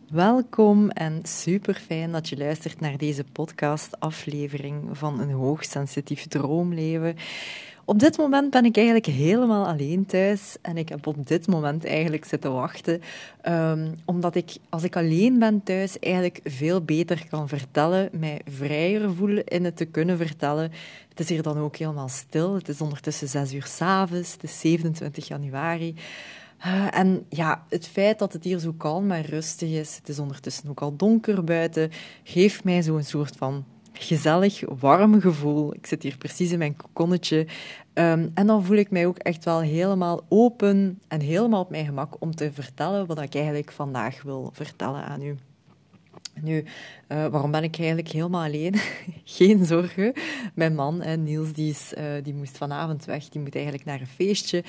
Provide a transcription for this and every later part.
Welkom en super fijn dat je luistert naar deze podcastaflevering van Een Hoogsensitief Droomleven. Op dit moment ben ik eigenlijk helemaal alleen thuis en ik heb op dit moment eigenlijk zitten wachten, omdat ik, als ik alleen ben thuis, eigenlijk veel beter kan vertellen, mij vrijer voel in het te kunnen vertellen. Het is hier dan ook helemaal stil. Het is ondertussen 6 uur 's avonds, het is 27 januari. En ja, het feit dat het hier zo kalm en rustig is, het is ondertussen ook al donker buiten, geeft mij zo'n soort van gezellig, warm gevoel. Ik zit hier precies in mijn kokonnetje. En dan voel ik mij ook echt wel helemaal open en helemaal op mijn gemak om te vertellen wat ik eigenlijk vandaag wil vertellen aan u. Nu, waarom ben ik eigenlijk helemaal alleen? Geen zorgen. Mijn man, Niels, die moest vanavond weg. Die moet eigenlijk naar een feestje.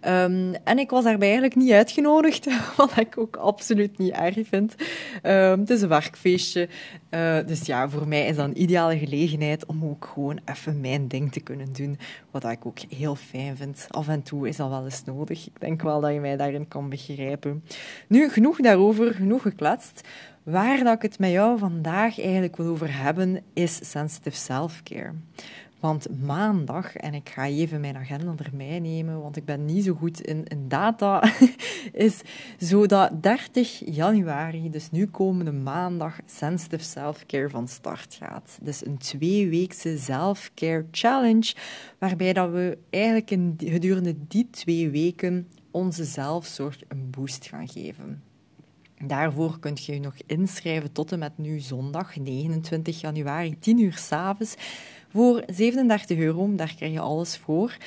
En ik was daarbij eigenlijk niet uitgenodigd, wat ik ook absoluut niet erg vind. Het is een werkfeestje. Dus ja, voor mij is dat een ideale gelegenheid om ook gewoon even mijn ding te kunnen doen. Wat ik ook heel fijn vind. Af en toe is dat wel eens nodig. Ik denk wel dat je mij daarin kan begrijpen. Nu, genoeg daarover, genoeg gekletst. Waar dat ik het met jou vandaag eigenlijk wil over hebben, is sensitive self-care. Want maandag, en ik ga even mijn agenda erbij nemen, want ik ben niet zo goed in data, is zo dat 30 januari, dus nu komende maandag, sensitive self-care van start gaat. Dus een 2-weekse self-care challenge, waarbij dat we eigenlijk gedurende die 2 weken onze zelfzorg een boost gaan geven. Daarvoor kunt je je nog inschrijven tot en met nu zondag, 29 januari, 10 uur 's avonds, voor €37. Daar krijg je alles voor.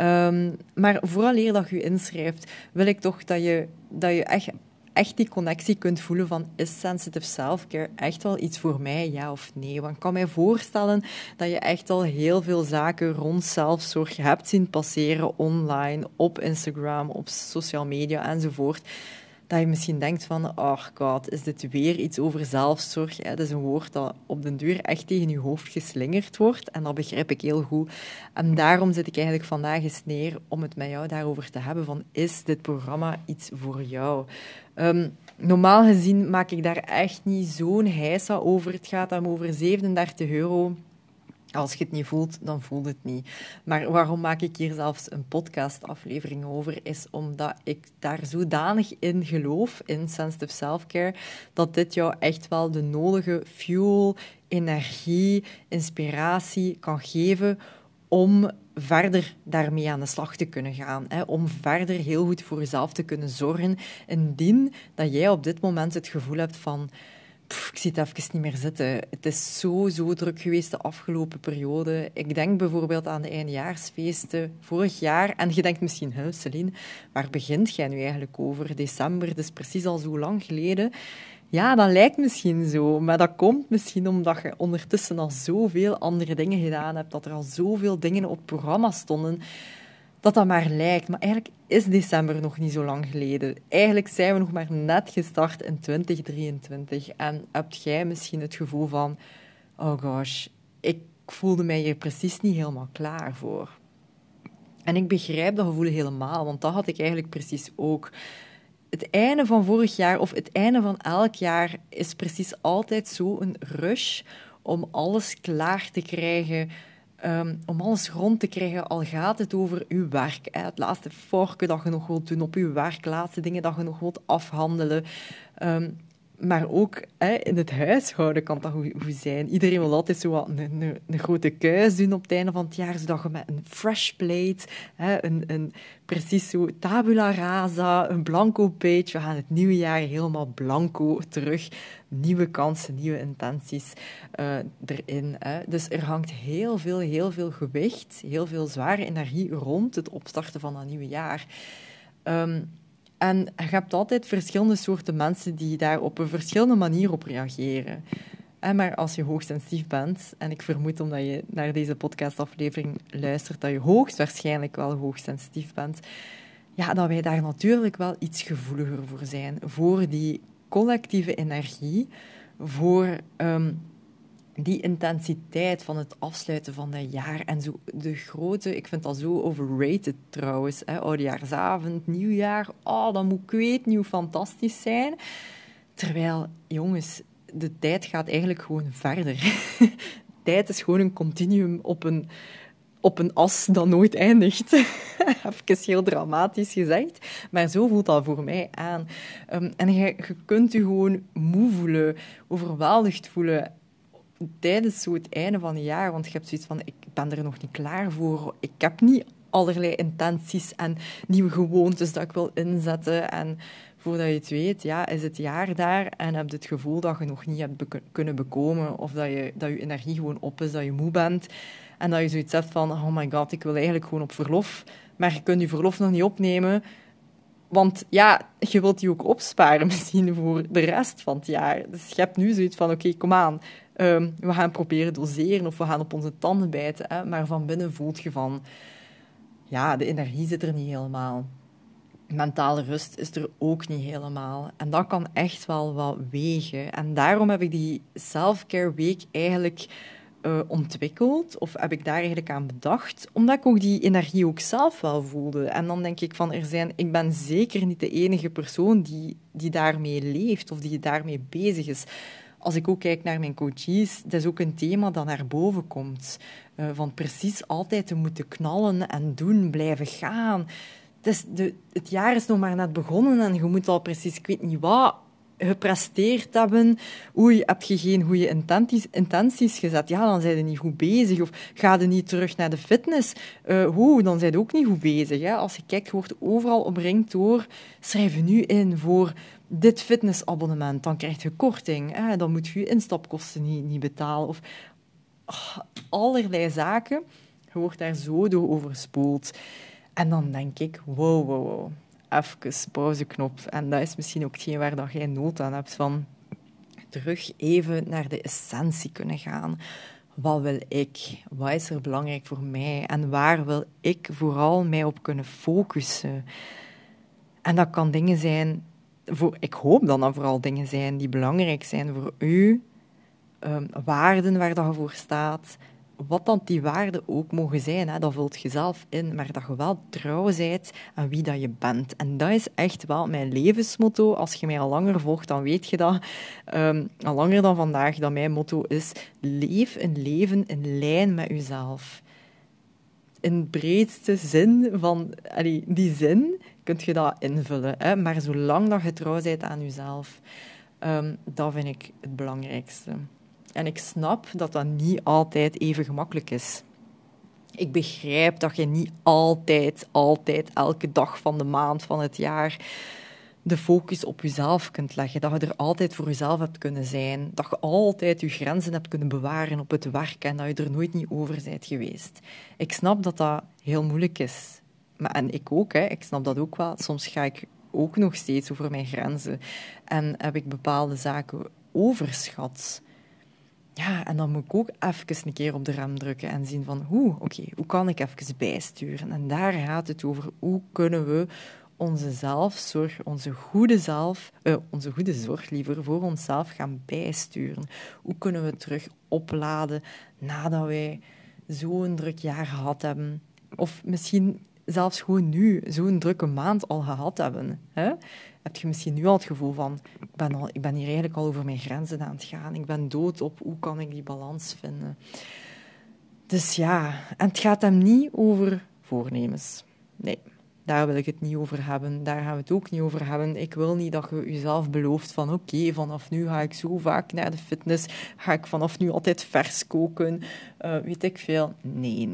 Maar vooraleer dat je je inschrijft, wil ik toch dat je echt die connectie kunt voelen van, is sensitive self-care echt wel iets voor mij, ja of nee? Want ik kan mij voorstellen dat je echt al heel veel zaken rond zelfzorg hebt zien passeren online, op Instagram, op social media enzovoort. Dat je misschien denkt van, oh god, is dit weer iets over zelfzorg? Ja, dat is een woord dat op den duur echt tegen je hoofd geslingerd wordt. En dat begrijp ik heel goed. En daarom zit ik eigenlijk vandaag eens neer om het met jou daarover te hebben van, is dit programma iets voor jou? Normaal gezien maak ik daar echt niet zo'n heisa over. Het gaat dan over €37. Als je het niet voelt, dan voelt het niet. Maar waarom maak ik hier zelfs een podcastaflevering over, is omdat ik daar zodanig in geloof, in sensitive self-care, dat dit jou echt wel de nodige fuel, energie, inspiratie kan geven om verder daarmee aan de slag te kunnen gaan. Om verder heel goed voor jezelf te kunnen zorgen, indien dat jij op dit moment het gevoel hebt van, ik zie het even niet meer zitten. Het is zo druk geweest de afgelopen periode. Ik denk bijvoorbeeld aan de eindejaarsfeesten vorig jaar. En je denkt misschien, Celine, waar begint jij nu eigenlijk over? December, dat is precies al zo lang geleden. Ja, dat lijkt misschien zo. Maar dat komt misschien omdat je ondertussen al zoveel andere dingen gedaan hebt. Dat er al zoveel dingen op het programma stonden. Dat maar lijkt. Maar eigenlijk is december nog niet zo lang geleden. Eigenlijk zijn we nog maar net gestart in 2023. En heb jij misschien het gevoel van, oh gosh, ik voelde mij hier precies niet helemaal klaar voor. En ik begrijp dat gevoel helemaal, want dat had ik eigenlijk precies ook. Het einde van vorig jaar, of het einde van elk jaar, is precies altijd zo een rush om alles klaar te krijgen, om alles rond te krijgen, al gaat het over je werk. Het laatste vorken dat je nog wilt doen op je werk, de laatste dingen dat je nog wilt afhandelen. Maar ook in het huishouden kan dat goed zijn. Iedereen wil altijd zo wat een grote kuis doen op het einde van het jaar, zodat je met een fresh plate, precies zo tabula rasa, een blanco page, we gaan het nieuwe jaar helemaal blanco terug. Nieuwe kansen, nieuwe intenties erin. Dus er hangt heel veel gewicht, heel veel zware energie rond het opstarten van dat nieuwe jaar. En je hebt altijd verschillende soorten mensen die daar op een verschillende manier op reageren. Maar als je hoogsensitief bent, en ik vermoed omdat je naar deze podcastaflevering luistert, dat je hoogstwaarschijnlijk wel hoogsensitief bent, ja, dat wij daar natuurlijk wel iets gevoeliger voor zijn. Voor die collectieve energie, voor die intensiteit van het afsluiten van dat jaar en zo de grote, ik vind dat zo overrated trouwens, oudejaarsavond, nieuwjaar, dat moet ik weet niet hoe fantastisch zijn. Terwijl, jongens, de tijd gaat eigenlijk gewoon verder. Tijd is gewoon een continuum op een as dat nooit eindigt. Even heel dramatisch gezegd, maar zo voelt dat voor mij aan. En je kunt je gewoon moe voelen, overweldigd voelen tijdens zo het einde van het jaar, want je hebt zoiets van, ik ben er nog niet klaar voor. Ik heb niet allerlei intenties en nieuwe gewoontes dat ik wil inzetten. En voordat je het weet, ja, is het jaar daar en heb je het gevoel dat je nog niet hebt kunnen bekomen of dat je energie gewoon op is, dat je moe bent. En dat je zoiets hebt van, oh my god, ik wil eigenlijk gewoon op verlof. Maar je kunt je verlof nog niet opnemen, want ja, je wilt die ook opsparen misschien voor de rest van het jaar. Dus je hebt nu zoiets van, oké, kom aan. We gaan proberen doseren of we gaan op onze tanden bijten. Hè? Maar van binnen voelt je van, ja, de energie zit er niet helemaal. Mentale rust is er ook niet helemaal. En dat kan echt wel wat wegen. En daarom heb ik die self-care week eigenlijk ontwikkeld, of heb ik daar eigenlijk aan bedacht, omdat ik ook die energie ook zelf wel voelde. En dan denk ik van, ik ben zeker niet de enige persoon die daarmee leeft, of die daarmee bezig is. Als ik ook kijk naar mijn coaches, dat is ook een thema dat naar boven komt. Van precies altijd te moeten knallen en doen, blijven gaan. Het jaar is nog maar net begonnen en je moet al precies, ik weet niet wat, gepresteerd hebben. Oei, heb je geen goede intenties gezet? Ja, dan zijn je niet goed bezig. Of ga je niet terug naar de fitness? Dan zijn je ook niet goed bezig. Hè? Als je kijkt, je wordt overal omringd door, schrijf je nu in voor dit fitnessabonnement, dan krijg je korting. Hè? Dan moet je je instapkosten niet betalen. Of allerlei zaken. Je wordt daar zo door overspoeld. En dan denk ik, wow. Even pauzeknop. En dat is misschien ook hetgeen waar dat jij nood aan hebt, van terug even naar de essentie kunnen gaan. Wat wil ik? Wat is er belangrijk voor mij? En waar wil ik vooral mij op kunnen focussen? En dat kan dingen zijn, ik hoop dat dat vooral dingen zijn die belangrijk zijn voor u, waarden waar dat je voor staat. Wat dan die waarden ook mogen zijn, hè, dat vult je zelf in, maar dat je wel trouw bent aan wie dat je bent. En dat is echt wel mijn levensmotto. Als je mij al langer volgt, dan weet je dat. Al langer dan vandaag, dat mijn motto is, leef een leven in lijn met jezelf. In de breedste zin van die zin kun je dat invullen. Hè? Maar zolang dat je trouw bent aan jezelf, dat vind ik het belangrijkste. En ik snap dat dat niet altijd even gemakkelijk is. Ik begrijp dat je niet altijd, elke dag van de maand, van het jaar, de focus op jezelf kunt leggen. Dat je er altijd voor jezelf hebt kunnen zijn. Dat je altijd je grenzen hebt kunnen bewaren op het werk en dat je er nooit niet over bent geweest. Ik snap dat dat heel moeilijk is. En ik ook, hè. Ik snap dat ook wel. Soms ga ik ook nog steeds over mijn grenzen. En heb ik bepaalde zaken overschat. Ja, en dan moet ik ook even een keer op de rem drukken en zien van, hoe kan ik even bijsturen? En daar gaat het over, hoe kunnen we onze zelfzorg, onze goede zorg liever voor onszelf gaan bijsturen? Hoe kunnen we terug opladen nadat wij zo'n druk jaar gehad hebben? Of misschien zelfs gewoon nu zo'n drukke maand al gehad hebben. Hè? Heb je misschien nu al het gevoel van, ik ben hier eigenlijk al over mijn grenzen aan het gaan. Ik ben dood op, hoe kan ik die balans vinden? Dus ja, en het gaat hem niet over voornemens. Nee, daar wil ik het niet over hebben. Daar gaan we het ook niet over hebben. Ik wil niet dat je jezelf belooft van, oké, vanaf nu ga ik zo vaak naar de fitness, ga ik vanaf nu altijd vers koken, weet ik veel. Nee.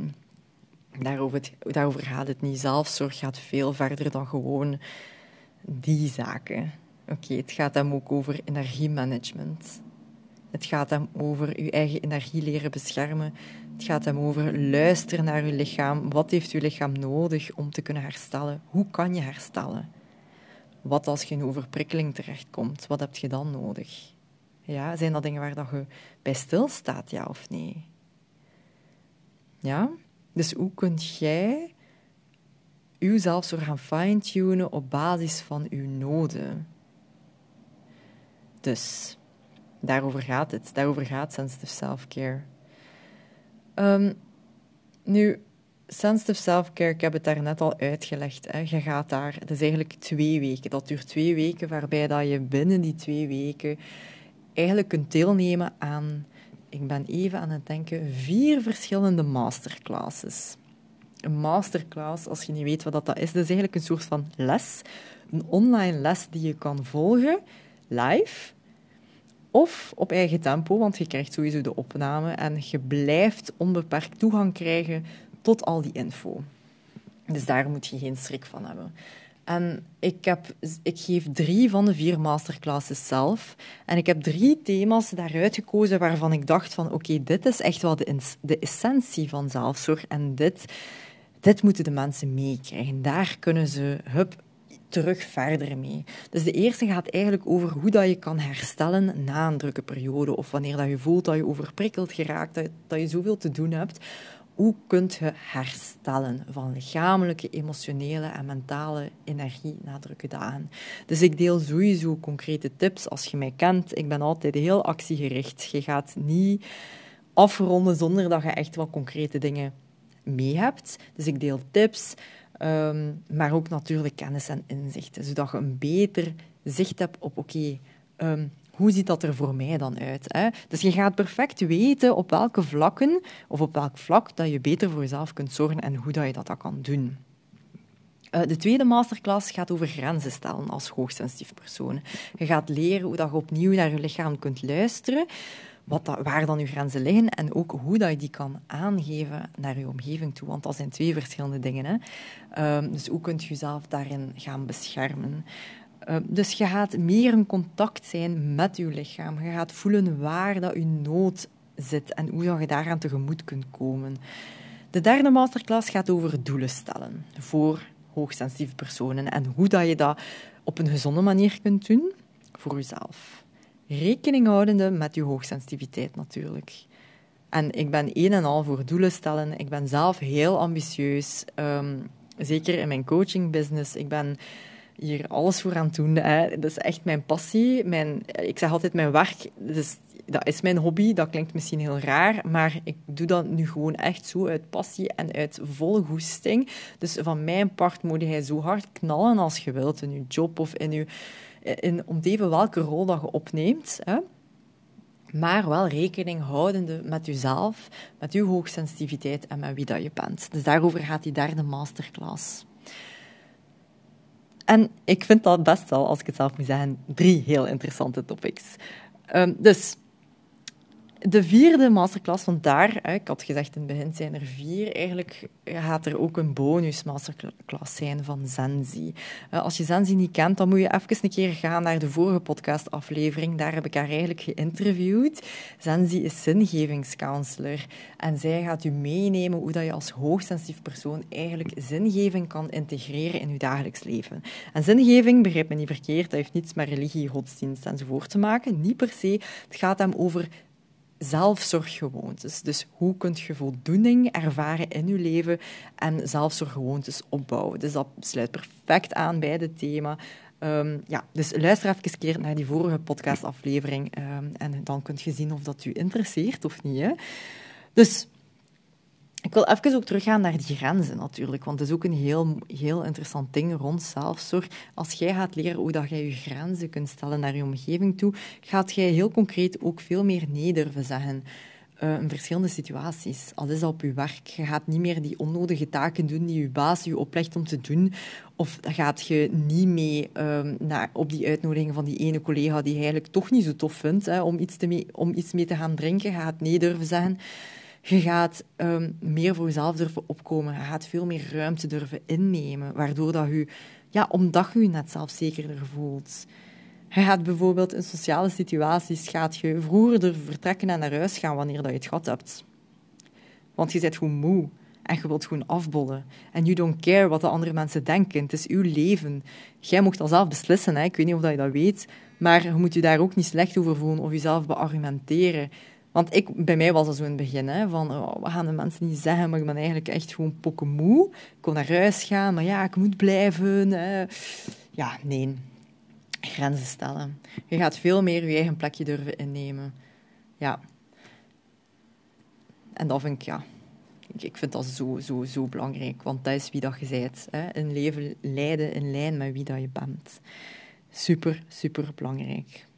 Daarover gaat het niet. Zelfzorg gaat veel verder dan gewoon die zaken. Oké, het gaat hem ook over energiemanagement. Het gaat hem over je eigen energie leren beschermen. Het gaat hem over luisteren naar je lichaam. Wat heeft je lichaam nodig om te kunnen herstellen? Hoe kan je herstellen? Wat als je in overprikkeling terechtkomt? Wat heb je dan nodig? Ja, zijn dat dingen waar dat je bij stilstaat, ja of nee? Ja? Dus hoe kun jij jezelf zo gaan fine-tunen op basis van uw noden? Dus daarover gaat het. Daarover gaat sensitive self-care. Nu, Sensitive self-care, ik heb het daarnet al uitgelegd. Hè. Je gaat daar, het is eigenlijk 2 weken. Dat duurt 2 weken, waarbij dat je binnen die 2 weken eigenlijk kunt deelnemen aan, ik ben even aan het denken, 4 verschillende masterclasses. Een masterclass, als je niet weet wat dat is, dat is eigenlijk een soort van les. Een online les die je kan volgen, live, of op eigen tempo, want je krijgt sowieso de opname en je blijft onbeperkt toegang krijgen tot al die info. Dus daar moet je geen schrik van hebben. En ik geef 3 van de 4 masterclasses zelf. En ik heb 3 thema's daaruit gekozen waarvan ik dacht van oké, dit is echt wel de essentie van zelfzorg. En dit moeten de mensen meekrijgen. Daar kunnen ze terug verder mee. Dus de eerste gaat eigenlijk over hoe dat je kan herstellen na een drukke periode. Of wanneer dat je voelt dat je overprikkeld geraakt, dat je zoveel te doen hebt. Hoe kun je herstellen van lichamelijke, emotionele en mentale energie na drukke dagen? Dus ik deel sowieso concrete tips. Als je mij kent, ik ben altijd heel actiegericht. Je gaat niet afronden zonder dat je echt wel concrete dingen mee hebt. Dus ik deel tips, maar ook natuurlijk kennis en inzichten, zodat je een beter zicht hebt op hoe ziet dat er voor mij dan uit? Hè? Dus je gaat perfect weten op welke vlakken of op welk vlak dat je beter voor jezelf kunt zorgen en hoe dat je dat kan doen. De tweede masterclass gaat over grenzen stellen als hoogsensitief persoon. Je gaat leren hoe dat je opnieuw naar je lichaam kunt luisteren, waar dan je grenzen liggen en ook hoe dat je die kan aangeven naar je omgeving toe. Want dat zijn 2 verschillende dingen. Hè? Dus hoe kun je jezelf daarin gaan beschermen? Dus je gaat meer in contact zijn met je lichaam. Je gaat voelen waar dat je nood zit en hoe dat je daaraan tegemoet kunt komen. De derde masterclass gaat over doelen stellen voor hoogsensitieve personen en hoe dat je dat op een gezonde manier kunt doen voor jezelf. Rekening houdende met je hoogsensitiviteit natuurlijk. En ik ben een en al voor doelen stellen. Ik ben zelf heel ambitieus, zeker in mijn coachingbusiness. Ik ben hier alles voor aan het doen. Hè. Dat is echt mijn passie. Ik zeg altijd mijn werk, dat is mijn hobby. Dat klinkt misschien heel raar, maar ik doe dat nu gewoon echt zo uit passie en uit volle goesting. Dus van mijn part moet jij zo hard knallen als je wilt in je job of om te even welke rol dat je opneemt. Hè. Maar wel rekening houdende met jezelf, met je hoogsensitiviteit en met wie dat je bent. Dus daarover gaat die derde masterclass. En ik vind dat best wel, als ik het zelf moet zeggen, 3 heel interessante topics. Dus de 4e masterclass, want daar, ik had gezegd in het begin zijn er 4, eigenlijk gaat er ook een bonus masterclass zijn van Zenzi. Als je Zenzi niet kent, dan moet je even een keer gaan naar de vorige podcastaflevering. Daar heb ik haar eigenlijk geïnterviewd. Zenzi is zingevingscounselor en zij gaat u meenemen hoe dat je als hoogsensitief persoon eigenlijk zingeving kan integreren in je dagelijks leven. En zingeving, begrijp me niet verkeerd, dat heeft niets met religie, godsdienst enzovoort te maken. Niet per se. Het gaat hem over zelfzorggewoontes. Dus hoe kun je voldoening ervaren in je leven en zelfzorggewoontes opbouwen. Dus dat sluit perfect aan bij het thema. Dus luister even een keer naar die vorige podcastaflevering en dan kun je zien of dat u interesseert of niet. Hè? Dus ik wil even ook teruggaan naar die grenzen natuurlijk, want dat is ook een heel, heel interessant ding rond zelfzorg. Als jij gaat leren hoe dat jij je grenzen kunt stellen naar je omgeving toe, gaat jij heel concreet ook veel meer nee durven zeggen in verschillende situaties. Al is dat op je werk. Je gaat niet meer die onnodige taken doen die je baas je oplegt om te doen, of gaat je niet mee op die uitnodiging van die ene collega die je eigenlijk toch niet zo tof vindt, om iets mee te gaan drinken. Je gaat nee durven zeggen. Je gaat meer voor jezelf durven opkomen. Je gaat veel meer ruimte durven innemen, waardoor dat je, omdat je je net zelfzekerder voelt. Je gaat bijvoorbeeld in sociale situaties vroeger durven vertrekken en naar huis gaan wanneer dat je het gehad hebt. Want je bent gewoon moe en je wilt gewoon afbollen. En you don't care wat de andere mensen denken. Het is uw leven. Jij mocht dat zelf beslissen. Hè? Ik weet niet of je dat weet, maar je moet je daar ook niet slecht over voelen of jezelf beargumenteren. Want bij mij was dat zo in het begin, hè, van wat gaan de mensen niet zeggen, maar ik ben eigenlijk echt gewoon pokkemoe. Ik kon naar huis gaan, maar ik moet blijven. Hè. Ja, nee. Grenzen stellen. Je gaat veel meer je eigen plekje durven innemen. Ja. En dat vind ik, ik vind dat zo belangrijk, want dat is wie dat je bent. Hè? Een leven leiden in lijn met wie dat je bent. Super belangrijk.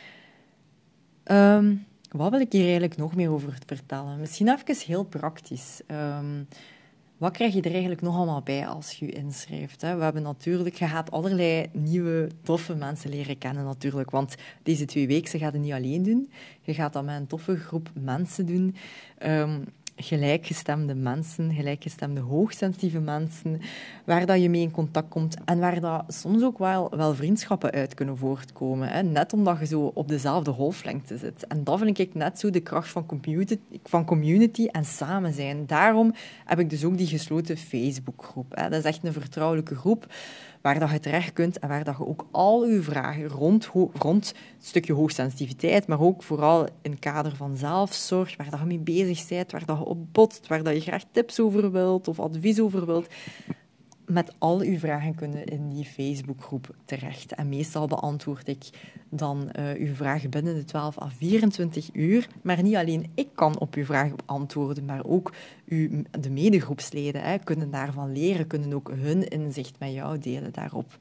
Wat wil ik hier eigenlijk nog meer over vertellen? Misschien even heel praktisch. Wat krijg je er eigenlijk nog allemaal bij als je je inschrijft? Hè? We hebben natuurlijk, je gaat allerlei nieuwe, toffe mensen leren kennen natuurlijk. Want deze 2 weken ga je niet alleen doen. Je gaat dat met een toffe groep mensen doen. Gelijkgestemde mensen, gelijkgestemde hoogsensitieve mensen, waar dat je mee in contact komt en waar dat soms ook wel vriendschappen uit kunnen voortkomen. Hè? Net omdat je zo op dezelfde golflengte zit. En dat vind ik net zo de kracht van community en samen zijn. Daarom heb ik dus ook die gesloten Facebookgroep. Hè? Dat is echt een vertrouwelijke groep waar dat je terecht kunt en waar dat je ook al je vragen rond het stukje hoogsensitiviteit, maar ook vooral in het kader van zelfzorg, waar dat je mee bezig bent, waar dat je op botst, waar dat je graag tips over wilt of advies over wilt, met al uw vragen kunnen in die Facebookgroep terecht. En meestal beantwoord ik dan uw vragen binnen de 12 à 24 uur. Maar niet alleen ik kan op uw vragen antwoorden, maar ook de medegroepsleden kunnen daarvan leren, kunnen ook hun inzicht met jou delen daarop.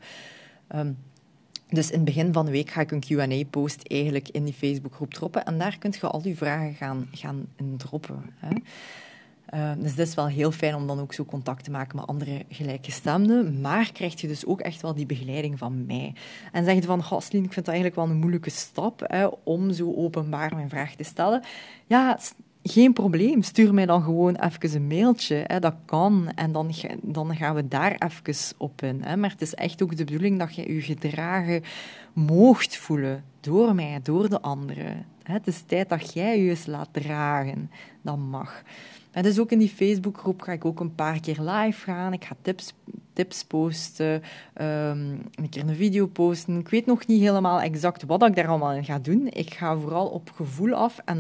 Dus in het begin van de week ga ik een Q&A-post eigenlijk in die Facebookgroep droppen en daar kun je al uw vragen gaan in droppen. Dus dat is wel heel fijn om dan ook zo contact te maken met andere gelijkgestemden. Maar krijg je dus ook echt wel die begeleiding van mij. En zeg je van, Celine, ik vind dat eigenlijk wel een moeilijke stap om zo openbaar mijn vraag te stellen. Ja, geen probleem. Stuur mij dan gewoon even een mailtje. Dat kan. En dan gaan we daar even op in. Maar het is echt ook de bedoeling dat je je gedragen moogt voelen. Door mij, door de anderen. Het is tijd dat jij je eens laat dragen. Dat mag. En dus ook in die Facebookgroep ga ik ook een paar keer live gaan. Ik ga tips posten, een keer een video posten. Ik weet nog niet helemaal exact wat ik daar allemaal in ga doen. Ik ga vooral op gevoel af en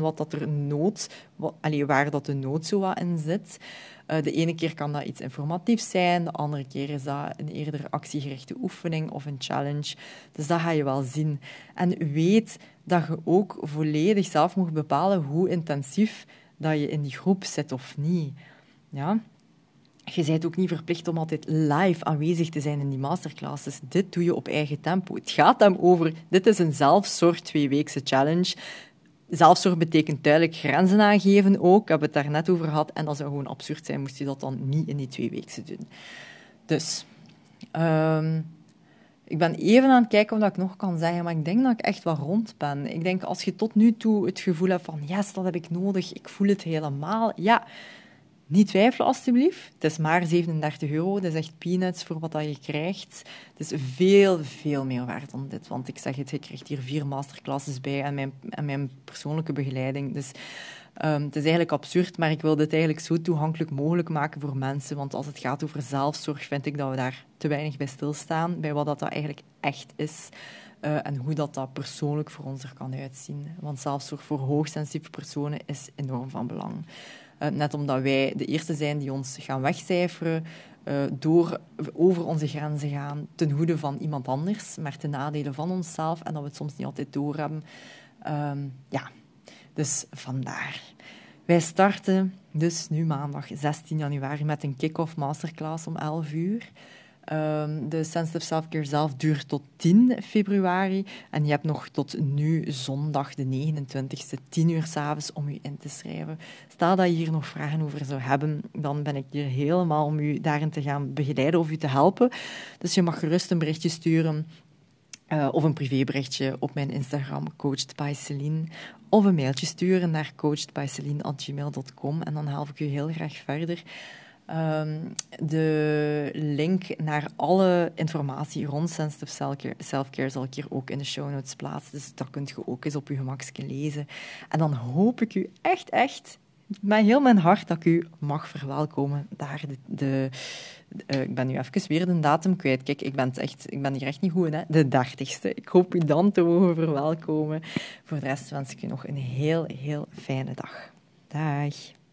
waar dat de nood zo wat in zit. De ene keer kan dat iets informatiefs zijn, de andere keer is dat een eerder actiegerichte oefening of een challenge. Dus dat ga je wel zien. En weet dat je ook volledig zelf mag bepalen hoe intensief dat je in die groep zit of niet. Ja? Je bent ook niet verplicht om altijd live aanwezig te zijn in die masterclasses. Dit doe je op eigen tempo. Het gaat hem over, dit is een zelfzorg 2-weekse challenge. Zelfzorg betekent duidelijk grenzen aangeven ook. Ik heb het daar net over gehad. En dat zou gewoon absurd zijn, moest je dat dan niet in die 2-weekse doen. Dus, ik ben even aan het kijken wat ik nog kan zeggen, maar ik denk dat ik echt wel rond ben. Ik denk, als je tot nu toe het gevoel hebt van, yes, dat heb ik nodig, ik voel het helemaal. Ja, niet twijfelen alstublieft. Het is maar €37. Dat is echt peanuts voor wat je krijgt. Het is veel meer waard dan dit. Want ik zeg het, je krijgt hier 4 masterclasses bij en mijn persoonlijke begeleiding. Dus het is eigenlijk absurd, maar ik wil dit eigenlijk zo toegankelijk mogelijk maken voor mensen. Want als het gaat over zelfzorg, vind ik dat we daar te weinig bij stilstaan. Bij wat dat eigenlijk echt is. En hoe dat persoonlijk voor ons er kan uitzien. Want zelfzorg voor hoogsensitieve personen is enorm van belang. Net omdat wij de eerste zijn die ons gaan wegcijferen, over onze grenzen gaan, ten goede van iemand anders, maar ten nadele van onszelf, en dat we het soms niet altijd doorhebben. Dus vandaar. Wij starten dus nu maandag 16 januari met een kick-off masterclass om 11 uur. De Sensitive Self-Care zelf duurt tot 10 februari. En je hebt nog tot nu zondag de 29e, 10 uur 's avonds, om je in te schrijven. Stel dat je hier nog vragen over zou hebben, dan ben ik hier helemaal om u daarin te gaan begeleiden of u te helpen. Dus je mag gerust een berichtje sturen of een privéberichtje op mijn Instagram, Coached by Celine, of een mailtje sturen naar coachedbyceline@gmail.com en dan help ik u heel graag verder. De link naar alle informatie rond Sensitive Self-Care zal ik hier ook in de show notes plaatsen. Dus dat kunt je ook eens op je gemakje lezen. En dan hoop ik u echt met heel mijn hart dat ik u mag verwelkomen. Ik ben nu even weer de datum kwijt. Kijk, ik ben hier echt niet goed in, hè? De 30e. Ik hoop u dan te mogen verwelkomen. Voor de rest wens ik u nog een heel fijne dag. Dag.